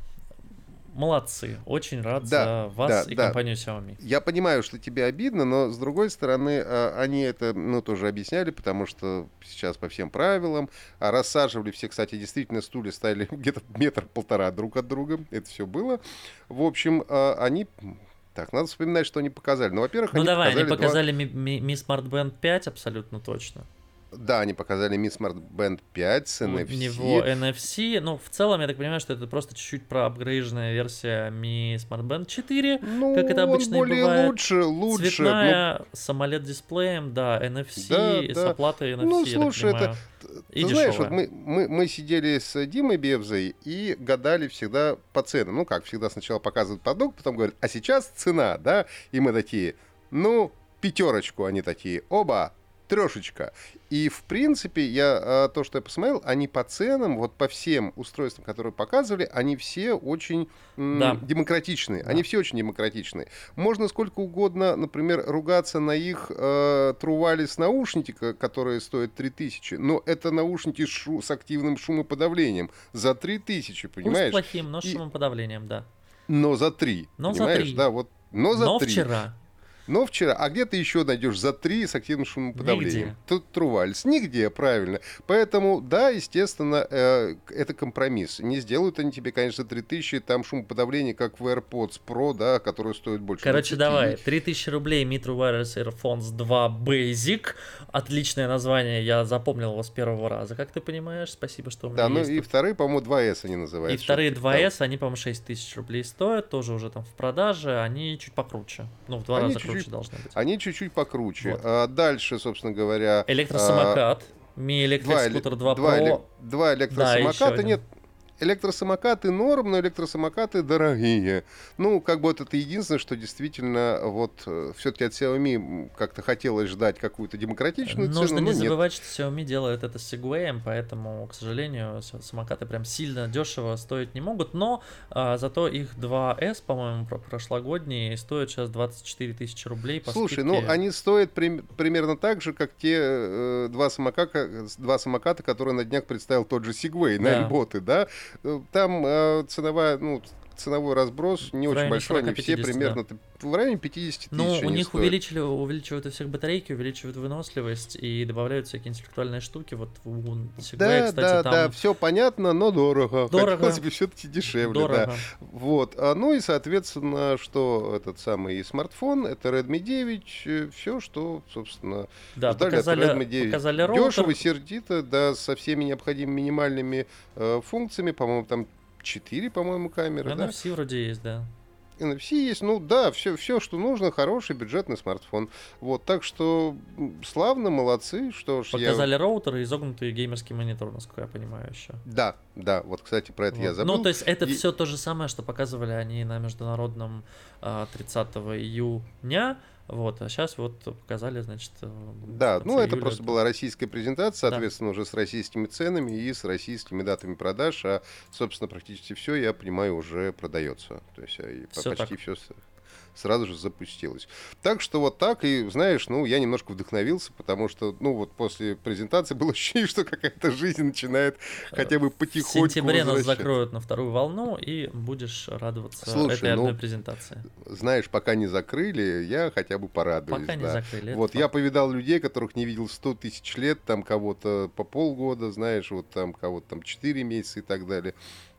Молодцы, очень рад да, за вас да, и да. компанию Xiaomi. Я понимаю, что тебе обидно, но с другой стороны, они это, ну, тоже объясняли, потому что сейчас по всем правилам рассаживали все, кстати, действительно стулья ставили где-то метр-полтора друг от друга, это все было. В общем, они... Так, надо вспоминать, что они показали. Ну, во-первых, ну, они давай, показали... они показали два... Mi, Mi Smart Band пять абсолютно точно. Да, они показали Mi Smart Band пять с эн эф си. У него эн эф си, ну, в целом, я так понимаю, что это просто чуть-чуть проапгрейженная версия Mi Smart Band четыре, ну, как это обычно и бывает. лучше, лучше. Цветная, ну... с AMOLED-дисплеем, да, эн эф си, да, с да. оплатой эн эф си, ну, я слушай, так понимаю. Это... И Ты дешевая. знаешь, вот мы, мы, мы сидели с Димой Бевзой и гадали всегда по ценам. Ну, как всегда, сначала показывают продукт, потом говорят, а сейчас цена, да? И мы такие, ну, пятерочку, они такие, оба, трешечка. И, в принципе, я, то, что я посмотрел, они по ценам, вот по всем устройствам, которые показывали, они все очень м- да. демократичные. Да. Они все очень демократичные. Можно сколько угодно, например, ругаться на их э, True наушники, которые стоят три тысячи, но это наушники шу- с активным шумоподавлением за три тысячи, понимаешь? Пусть плохим, но с И... шумоподавлением, да. Но за три, но понимаешь? За три. Да, вот, но за но три. вчера. Но вчера. А где ты еще найдешь за три с активным шумоподавлением? Нигде. Тут Трувальс. Нигде, правильно. Поэтому, да, естественно, э, это компромисс. Не сделают они тебе, конечно, три тысячи, там шумоподавление, как в AirPods Pro, да, которые стоят больше. Короче, давай, три тысячи рублей Mi True Wireless Earphones два Basic. Отличное название, я запомнил его с первого раза, как ты понимаешь. Спасибо, что у меня да, ну есть и тут. вторые, по-моему, два эс они называются. И вторые два эс, они, по-моему, шесть тысяч рублей стоят, тоже уже там в продаже, они чуть покруче. Ну, в два они раза чуть-чуть, круче должны быть. Они чуть-чуть покруче. Вот. А дальше, собственно говоря... Электросамокат. А, Mi Electric Scooter два два, Pro. Два электросамоката. Да, нет, электросамокаты норм, но электросамокаты дорогие. Ну, как бы вот это единственное, что действительно вот все-таки от Xiaomi как-то хотелось ждать какую-то демократичную Нужно цену, но не нет. забывать, что Xiaomi делает это с Segway, поэтому, к сожалению, самокаты прям сильно дешево стоить не могут, но а, зато их два эс, по-моему, прошлогодние, стоят сейчас двадцать четыре тысячи рублей по Слушай, скидке. ну они стоят при, примерно так же, как те э, два, самоката, два самоката, которые на днях представил тот же Segway, да. на Эльботы, да? Там э, ценовая, ну, ценовой разброс не в очень большой, они все примерно да. в районе пятьдесят тысяч. Ну, у них стоят. увеличили, увеличивают у всех батарейки, увеличивают выносливость и добавляют всякие интеллектуальные штуки. Вот у Segway, да, кстати, да, там... да, все понятно, но дорого. Дорого. Хотелось бы все-таки дешевле. Дорого. Да. Вот. А, ну и, соответственно, что этот самый смартфон, это Redmi девять, все, что, собственно, да, ждали показали, от Redmi девять. Показали роутер. Дешево, сердито, да, со всеми необходимыми минимальными э, функциями, по-моему, там четыре, по-моему, камеры. эн эф си да? Вроде есть, да. эн эф си есть, ну да, все, все, что нужно, хороший бюджетный смартфон. Вот, так что славно, молодцы, что ж. Показали я... роутер и изогнутый геймерский монитор, насколько я понимаю, еще. Да, да, вот, кстати, про это вот. я забыл. Ну, то есть это и... все то же самое, что показывали они на международном тридцатого июня. Вот, а сейчас вот показали, значит... Да, ну это просто это... была российская презентация, соответственно, да. уже с российскими ценами и с российскими датами продаж, а, собственно, практически все, я понимаю, уже продается. То есть всё почти все сразу же запустилось. Так что вот так, и знаешь, ну, я немножко вдохновился, потому что, ну, вот после презентации было ощущение, что какая-то жизнь начинает хотя бы потихоньку В сентябре нас закроют на вторую волну, и будешь радоваться Слушай, этой одной ну, презентации. Знаешь, пока не закрыли, я хотя бы порадуюсь. Пока да. не закрыли. Вот, я повидал людей, которых не видел сто тысяч лет, там кого-то по полгода, знаешь, вот там кого-то там четыре месяца и так далее.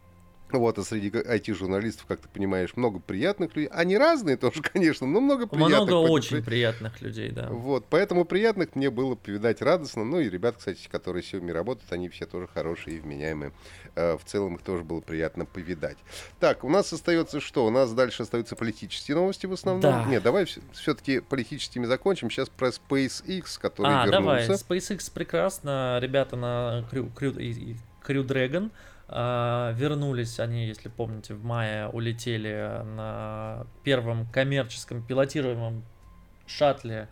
Вот, а среди ай ти-журналистов, как ты понимаешь, много приятных людей. Они разные тоже, конечно, но много приятных. Много очень при... приятных людей, да. Вот, поэтому приятных мне было повидать радостно. Ну и ребята, кстати, которые сегодня работают, они все тоже хорошие и вменяемые. В целом их тоже было приятно повидать. Так, у нас остается что? У нас дальше остаются политические новости в основном. Да. Нет, давай все-таки политическими закончим. Сейчас про SpaceX, который а, вернулся. А, давай. SpaceX прекрасно. Ребята на Crew, Crew, Crew Dragon Uh, вернулись они, если помните, в мае улетели на первом коммерческом пилотируемом шаттле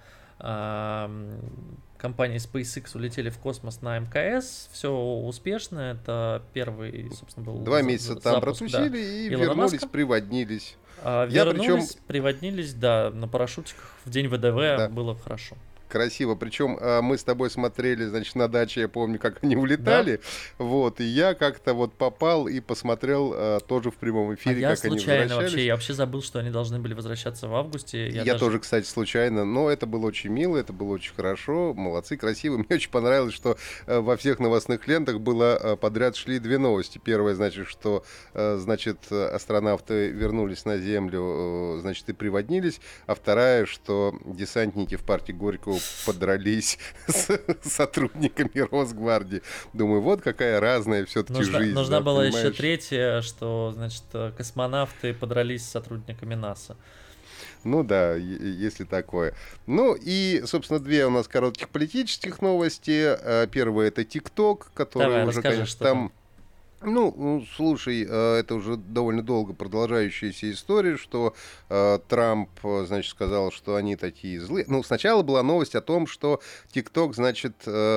uh, компании SpaceX, улетели в космос на эм ка эс. Все успешно. Это первый, собственно, был Два месяца запуск, там протусили, да, и Илона вернулись, Маска. приводнились. Uh, Я вернулись, причем... приводнились, да, на парашютиках в день вэ дэ вэ, да. Было хорошо. Красиво. Причем мы с тобой смотрели, значит, на даче, я помню, как они улетали. Да. Вот, и я как-то вот попал и посмотрел а, тоже в прямом эфире, а как они возвращались. Я случайно вообще, я вообще забыл, что они должны были возвращаться в августе. Я, я даже... тоже, кстати, случайно, но это было очень мило, это было очень хорошо, молодцы, красиво. Мне очень понравилось, что а, во всех новостных лентах было а, подряд шли две новости. Первая, значит, что, а, значит, астронавты вернулись на Землю, а, значит, и приводнились, а вторая, что десантники в парке Горького подрались с сотрудниками Росгвардии. Думаю, вот какая разная все-таки нужна, жизнь. Нужна да, была понимаешь? еще третья, что, значит, космонавты подрались с сотрудниками НАСА. Ну да, если такое. Ну и, собственно, две у нас коротких политических новости. Первая — это ТикТок, который Давай, уже, расскажи, конечно, что там... там... Ну, слушай, это уже довольно долго продолжающаяся история, что э, Трамп, значит, сказал, что они такие злые. Ну, сначала была новость о том, что TikTok, значит,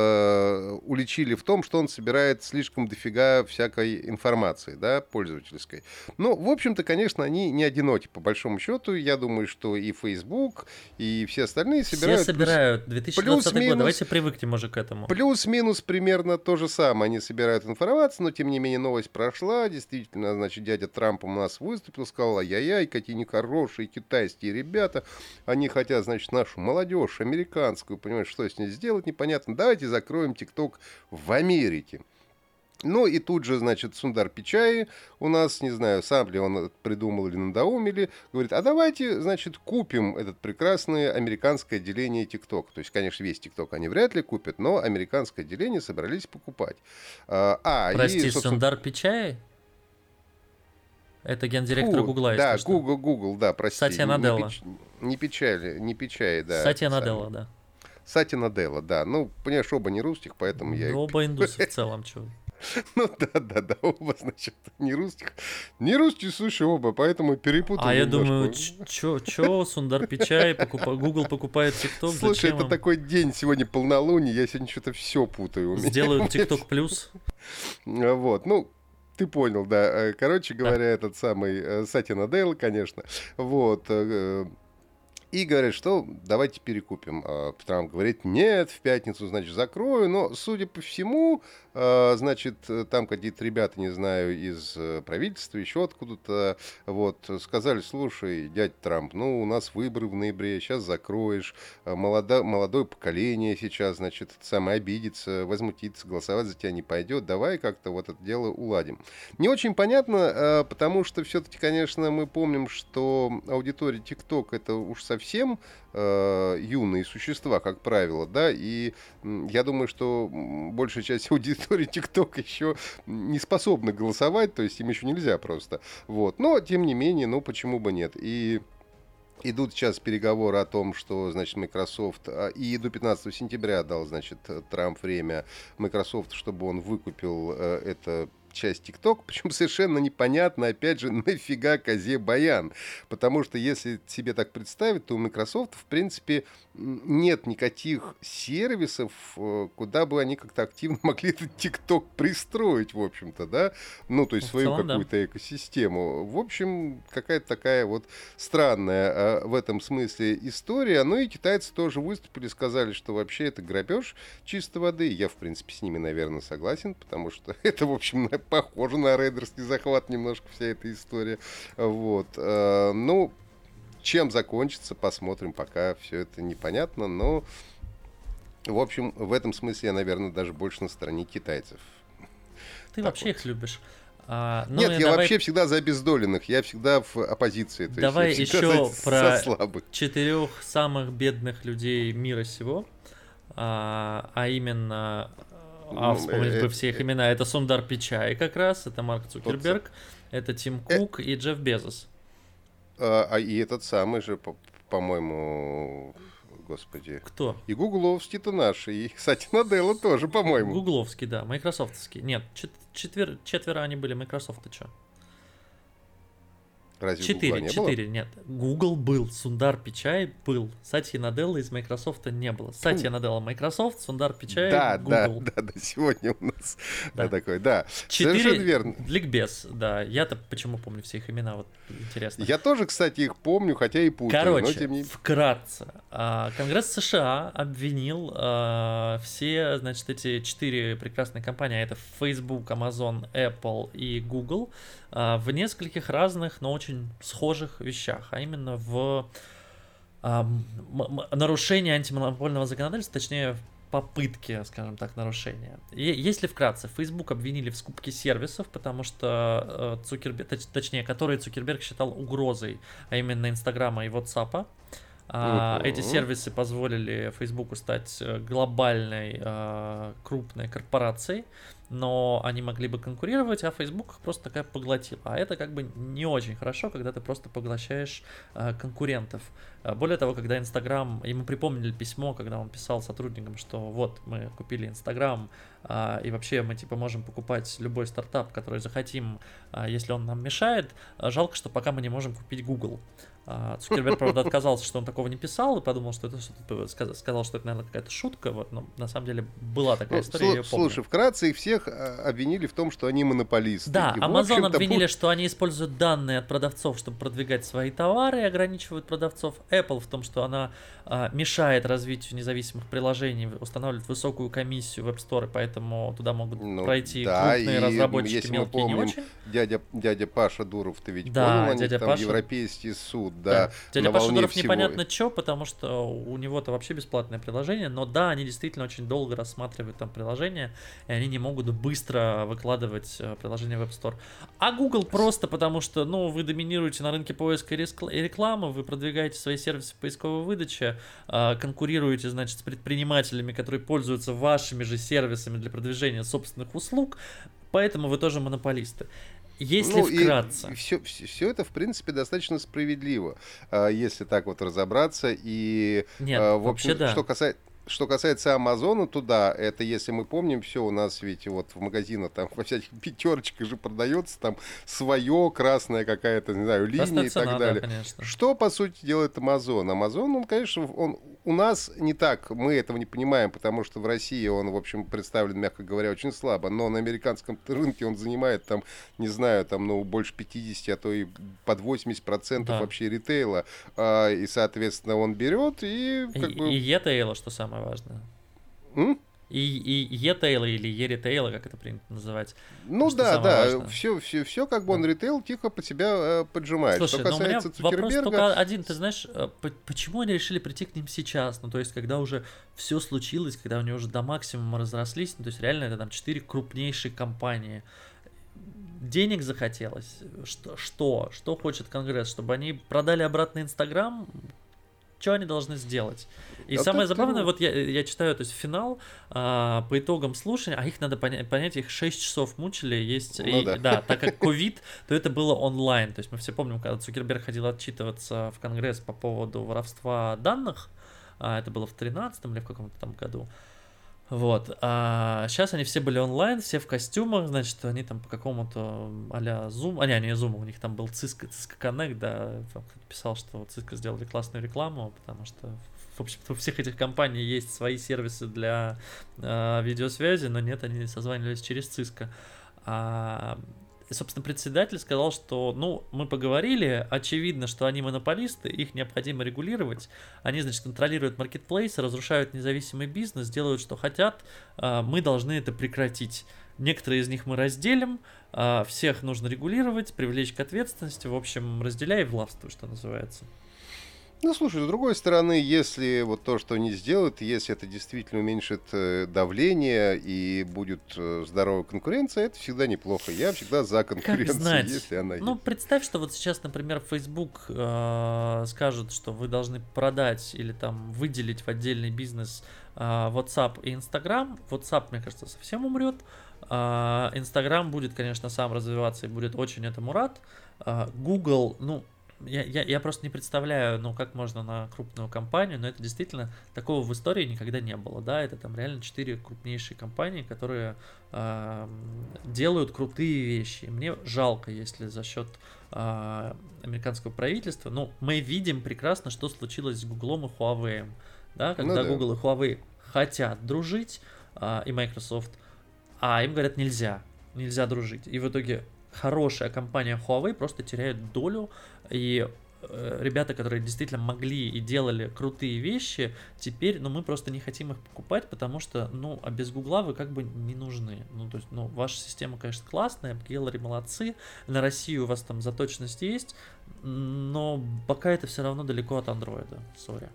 э, уличили в том, что он собирает слишком дофига всякой информации, да, пользовательской. Ну, в общем-то, конечно, они не одиноки, по большому счету. Я думаю, что и Facebook, и все остальные собирают... Все собирают. две тысячи двадцатый год, давайте привыкнем уже к этому. Плюс-минус примерно то же самое. Они собирают информацию, но, тем не менее, новость прошла, действительно, значит, дядя Трамп у нас выступил, сказал, ай-яй-яй, какие нехорошие китайские ребята, они хотят, значит, нашу молодежь, американскую, понимаешь, что с ней сделать, непонятно, давайте закроем ТикТок в Америке. Ну и тут же, значит, Сундар Пичай у нас, не знаю, сам ли он придумал или надоумили, говорит, а давайте, значит, купим этот прекрасное американское отделение TikTok. То есть, конечно, весь TikTok они вряд ли купят, но американское отделение собрались покупать. А, Прости, и, собственно... Сундар Пичай? Это гендиректор Гугла, Да, если Google, Google, да, прости. Сатья Наделла. Не, печ... не печали, не печай, да. Сатья Наделла, да. Сатья Наделла, да. Ну, понимаешь, оба не русских, поэтому я... Оба индусы в целом, чего. Ну да, да, да, оба, значит, не русских. Не русские, слушай, оба, поэтому перепутал. А я немножко. думаю, чё, чё, Сундар Пичай, покупа... Google покупает TikTok, слушай, это им? такой день сегодня полнолуние, я сегодня что-то все путаю. Сделают TikTok плюс. Вот, ну, ты понял, да. Короче говоря, да. Этот самый Сатья Наделла, конечно, вот... И говорят, что давайте перекупим. Трамп говорит, нет, в пятницу, значит, закрою. Но, судя по всему, значит, там какие-то ребята, не знаю, из правительства, еще откуда-то, вот, сказали, слушай, дядя Трамп, ну, у нас выборы в ноябре, сейчас закроешь. Молодо, молодое поколение сейчас, значит, самое обидится, возмутится, голосовать за тебя не пойдет. Давай как-то вот это дело уладим. Не очень понятно, потому что все-таки, конечно, мы помним, что аудитория TikTok это уж совсем совсем э, юные существа, как правило, да, и м, я думаю, что большая часть аудитории TikTok еще не способна голосовать, то есть им еще нельзя просто, вот, но, тем не менее, ну, почему бы нет, и... Идут сейчас переговоры о том, что, значит, Microsoft, и до пятнадцатого сентября дал, значит, Трамп время Microsoft, чтобы он выкупил э, это часть TikTok, причем совершенно непонятно, опять же, нафига козе баян, потому что если себе так представить, то у Microsoft, в принципе, нет никаких сервисов, куда бы они как-то активно могли этот TikTok пристроить, в общем-то, да, ну, то есть в свою целом, какую-то да. экосистему. В общем, какая-то такая вот странная в этом смысле история, ну и китайцы тоже выступили, сказали, что вообще это грабеж чистой воды, я, в принципе, с ними, наверное, согласен, потому что это, в общем, похоже на рейдерский захват немножко вся эта история. Вот. Ну, чем закончится, посмотрим, пока все это непонятно, но, в общем, в этом смысле я, наверное, даже больше на стороне китайцев. Ты так вообще вот. Их любишь. А, ну Нет, я давай... вообще всегда за обездоленных, я всегда в оппозиции. То давай есть еще за, про за слабых. четырех самых бедных людей мира сего, а, а именно, а, вспомнить ну, бы все их имена, это Сундар Пичай как раз, это Марк Цукерберг, это Тим Кук и Джефф Безос. А, и этот самый же, по-моему... Господи. Кто? И гугловский-то наши, и, кстати, Наделла тоже, по-моему. Гугловский, да, майкрософтовский. Нет, четвер... четверо они были, Microsoft-то что? Разве четыре, не четыре, было? Нет. Google был, Сундар Пичай был, Сатья Наделла из Microsoft не было. Сатья Наделла Microsoft, Сундар Пичай да, Google. Да, да, да, сегодня у нас да. такой, да. Совершенно верно. Ликбез, да. Я-то почему помню все их имена, вот интересно. Я тоже, кстати, их помню, хотя и путаю. Короче, но тем не... вкратце. Конгресс США обвинил все, значит, эти четыре прекрасные компании, а это Facebook, Amazon, Apple и Google, в нескольких разных, но очень схожих вещах, а именно в нарушении антимонопольного законодательства, точнее, попытки, скажем так, нарушения. И если вкратце, Facebook обвинили в скупке сервисов, потому что Цукерберг, точнее, которые Цукерберг считал угрозой, а именно Инстаграма и WhatsApp. Uh-huh. Эти сервисы позволили Фейсбуку стать глобальной крупной корпорацией, но они могли бы конкурировать, а Facebook их просто такая поглотил. А это как бы не очень хорошо, когда ты просто поглощаешь конкурентов. Более того, когда Инстаграм, ему припомнили письмо, когда он писал сотрудникам, что вот мы купили Инстаграм, и вообще мы типа можем покупать любой стартап, который захотим, если он нам мешает. Жалко, что пока мы не можем купить Google. Цукерберг, правда, отказался, что он такого не писал, и подумал, что это что-то, сказал, что это, наверное, какая-то шутка, вот, но на самом деле была такая история, я ее помню. Слушай, вкратце их всех обвинили в том, что они монополисты. Да, и, Amazon обвинили, будет... что они используют данные от продавцов, чтобы продвигать свои товары и ограничивают продавцов. Apple в том, что она а, мешает развитию независимых приложений, устанавливает высокую комиссию в App Store, поэтому туда могут ну, пройти да, крупные и разработчики, если мелкие мы помним, не очень. Дядя, дядя Паша Дуров, ты ведь да, понял, дядя они там Паша... европейский суд, да, да. Дядя Паша Дуров всего. непонятно что, потому что у него-то вообще бесплатное приложение, но да, они действительно очень долго рассматривают там приложение, и они не могут быстро выкладывать приложение в App Store. А Google просто потому что, ну, вы доминируете на рынке поиска и рекламы, вы продвигаете свои сервисы поисковой выдачи, конкурируете, значит, с предпринимателями, которые пользуются вашими же сервисами для продвижения собственных услуг, поэтому вы тоже монополисты. Если ну, вкратце. И все, все, все это, в принципе, достаточно справедливо, если так вот разобраться. И, Нет, в общем, вообще да. что касается... Что касается Амазона, то да, это если мы помним, все у нас ведь вот в магазинах там во всяких пятерочках же продается там свое красная какая-то, не знаю, линия Красная и так цена, далее. Да, что по сути делает Амазон? Амазон, он, конечно, он у нас не так, мы этого не понимаем, потому что в России он, в общем, представлен, мягко говоря, очень слабо, но на американском рынке он занимает там, не знаю, там, ну, больше пятьдесят, а то и под восемьдесят процентов да. вообще ритейла, а, и, соответственно, он берет и как и, бы... И e-tail, что самое важное. М? И, и e-tail или e-retail, как это принято называть. Ну да, да, все, все, все как бы он ритейл тихо под себя э, поджимает. Слушай, что касается но у меня Цукерберга... вопрос только один, ты знаешь, почему они решили прийти к ним сейчас? Ну то есть, когда уже все случилось, когда они уже до максимума разрослись, ну то есть реально это там четыре крупнейшие компании. Денег захотелось? Что? Что, что хочет Конгресс? Чтобы они продали обратно Инстаграм? Что они должны сделать? И а самое забавное, ты... вот я, я читаю, то есть финал а, по итогам слушания, а их надо понять, понять их шесть часов мучили, есть, ну, и, да. да, так как ковид, то это было онлайн, то есть мы все помним, когда Цукерберг ходил отчитываться в Конгресс по поводу воровства данных, а, это было в тринадцатом или в каком-то там году. Вот, а сейчас они все были онлайн, все в костюмах, значит, они там по какому-то а-ля Zoom, а не, не Zoom, у них там был Cisco, Cisco Connect, да, кто-то писал, что Cisco сделали классную рекламу, потому что, в общем-то, у всех этих компаний есть свои сервисы для э, видеосвязи, но нет, они созванивались через Cisco. А, и, собственно, председатель сказал, что, ну, мы поговорили, очевидно, что они монополисты, их необходимо регулировать, они, значит, контролируют маркетплейсы, разрушают независимый бизнес, делают, что хотят, мы должны это прекратить. Некоторые из них мы разделим, всех нужно регулировать, привлечь к ответственности, в общем, разделяй и властвуй, что называется. Ну, слушай, с другой стороны, если вот то, что они сделают, если это действительно уменьшит э, давление и будет э, здоровая конкуренция, это всегда неплохо. Я всегда за Как конкуренцию, знать? если она Ну, есть. представь, что вот сейчас, например, Facebook э, скажет, что вы должны продать или там выделить в отдельный бизнес э, WhatsApp и Instagram. WhatsApp, мне кажется, совсем умрет. А, Instagram будет, конечно, сам развиваться и будет очень этому рад. А, Google, ну, я, я, я просто не представляю, ну, как можно на крупную компанию, но это действительно такого в истории никогда не было, да, это там реально четыре крупнейшие компании, которые э, делают крутые вещи. И мне жалко, если за счет э, американского правительства, ну, мы видим прекрасно, что случилось с Гуглом и Huawei, да, Ну когда да. Google и Huawei хотят дружить, э, и Microsoft, а им говорят нельзя, нельзя дружить, и в итоге хорошая компания Huawei просто теряет долю, и э, ребята, которые действительно могли и делали крутые вещи, теперь, ну, мы просто не хотим их покупать, потому что, ну, а без Гугла вы как бы не нужны. Ну, то есть, ну, ваша система, конечно, классная, Gallery молодцы, на Россию у вас там заточенность есть, но пока это все равно далеко от андроида, сори.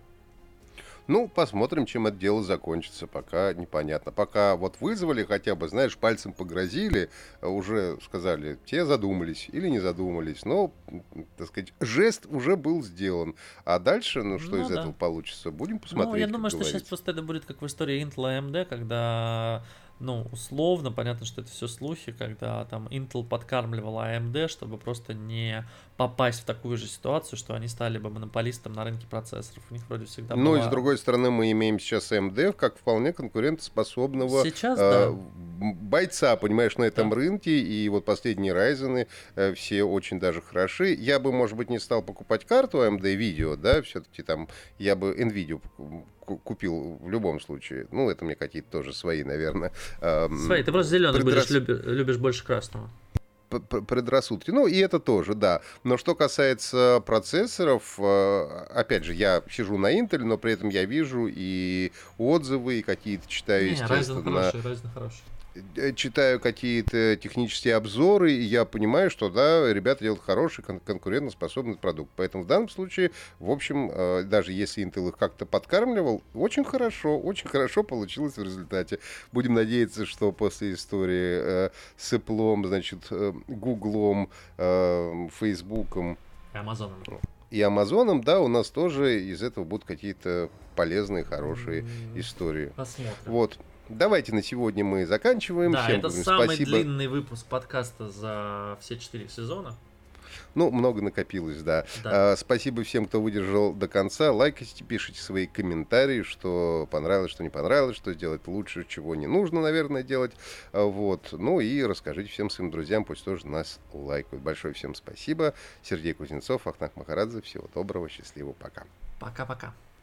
Ну, посмотрим, чем это дело закончится, пока непонятно. Пока вот вызвали хотя бы, знаешь, пальцем погрозили, уже сказали, те задумались или не задумались, но, так сказать, жест уже был сделан. А дальше, ну, что Ну из да. этого получится, будем посмотреть, Ну, я как думаю, что сейчас говорится. просто это будет как в истории Intel и A M D, когда, ну, условно, понятно, что это все слухи, когда там Intel подкармливал A M D, чтобы просто не попасть в такую же ситуацию, что они стали бы монополистом на рынке процессоров. У них вроде всегда Ну, и с была... другой стороны, мы имеем сейчас A M D как вполне конкурентоспособного Сейчас, э, да. м, бойца, понимаешь, на этом Да. рынке. И вот последние Ryzen э, все очень даже хороши. Я бы, может быть, не стал покупать карту A M D видео, да, все-таки там я бы NVIDIA ку- купил в любом случае. Ну, это мне какие-то тоже свои, наверное. Свои, ты просто зеленый будешь, Предрас... люби- любишь больше красного. п- п- предрассудки. Ну, и это тоже, да. Но что касается процессоров, э, опять же, я сижу на Intel, но при этом я вижу и отзывы, и какие-то читаю, Не, Ryzen естественно, хороший, Ryzen хороший. э, читаю какие-то технические обзоры, и я понимаю, что, да, ребята делают хороший кон- конкурентоспособный продукт. Поэтому в данном случае, в общем, э, даже если Intel их как-то подкармливал, очень хорошо, очень хорошо получилось в результате. Будем надеяться, что после истории э, с Apple, значит, э, Гуглом, э, Фейсбуком И Amazon. и Амазоном, да, у нас тоже из этого будут какие-то полезные, хорошие М, истории. Посмотрим. Вот. Давайте на сегодня мы заканчиваем. Да, Всем это говорим самый спасибо. длинный выпуск подкаста за все четыре сезона. Ну, много накопилось, да. Да. А, спасибо всем, кто выдержал до конца. Лайкайте, пишите свои комментарии, что понравилось, что не понравилось, что сделать лучше, чего не нужно, наверное, делать. А, вот. Ну и расскажите всем своим друзьям, пусть тоже нас лайкают. Большое всем спасибо. Сергей Кузнецов, Ахтанг Махарадзе. Всего доброго, счастливо, пока. Пока-пока.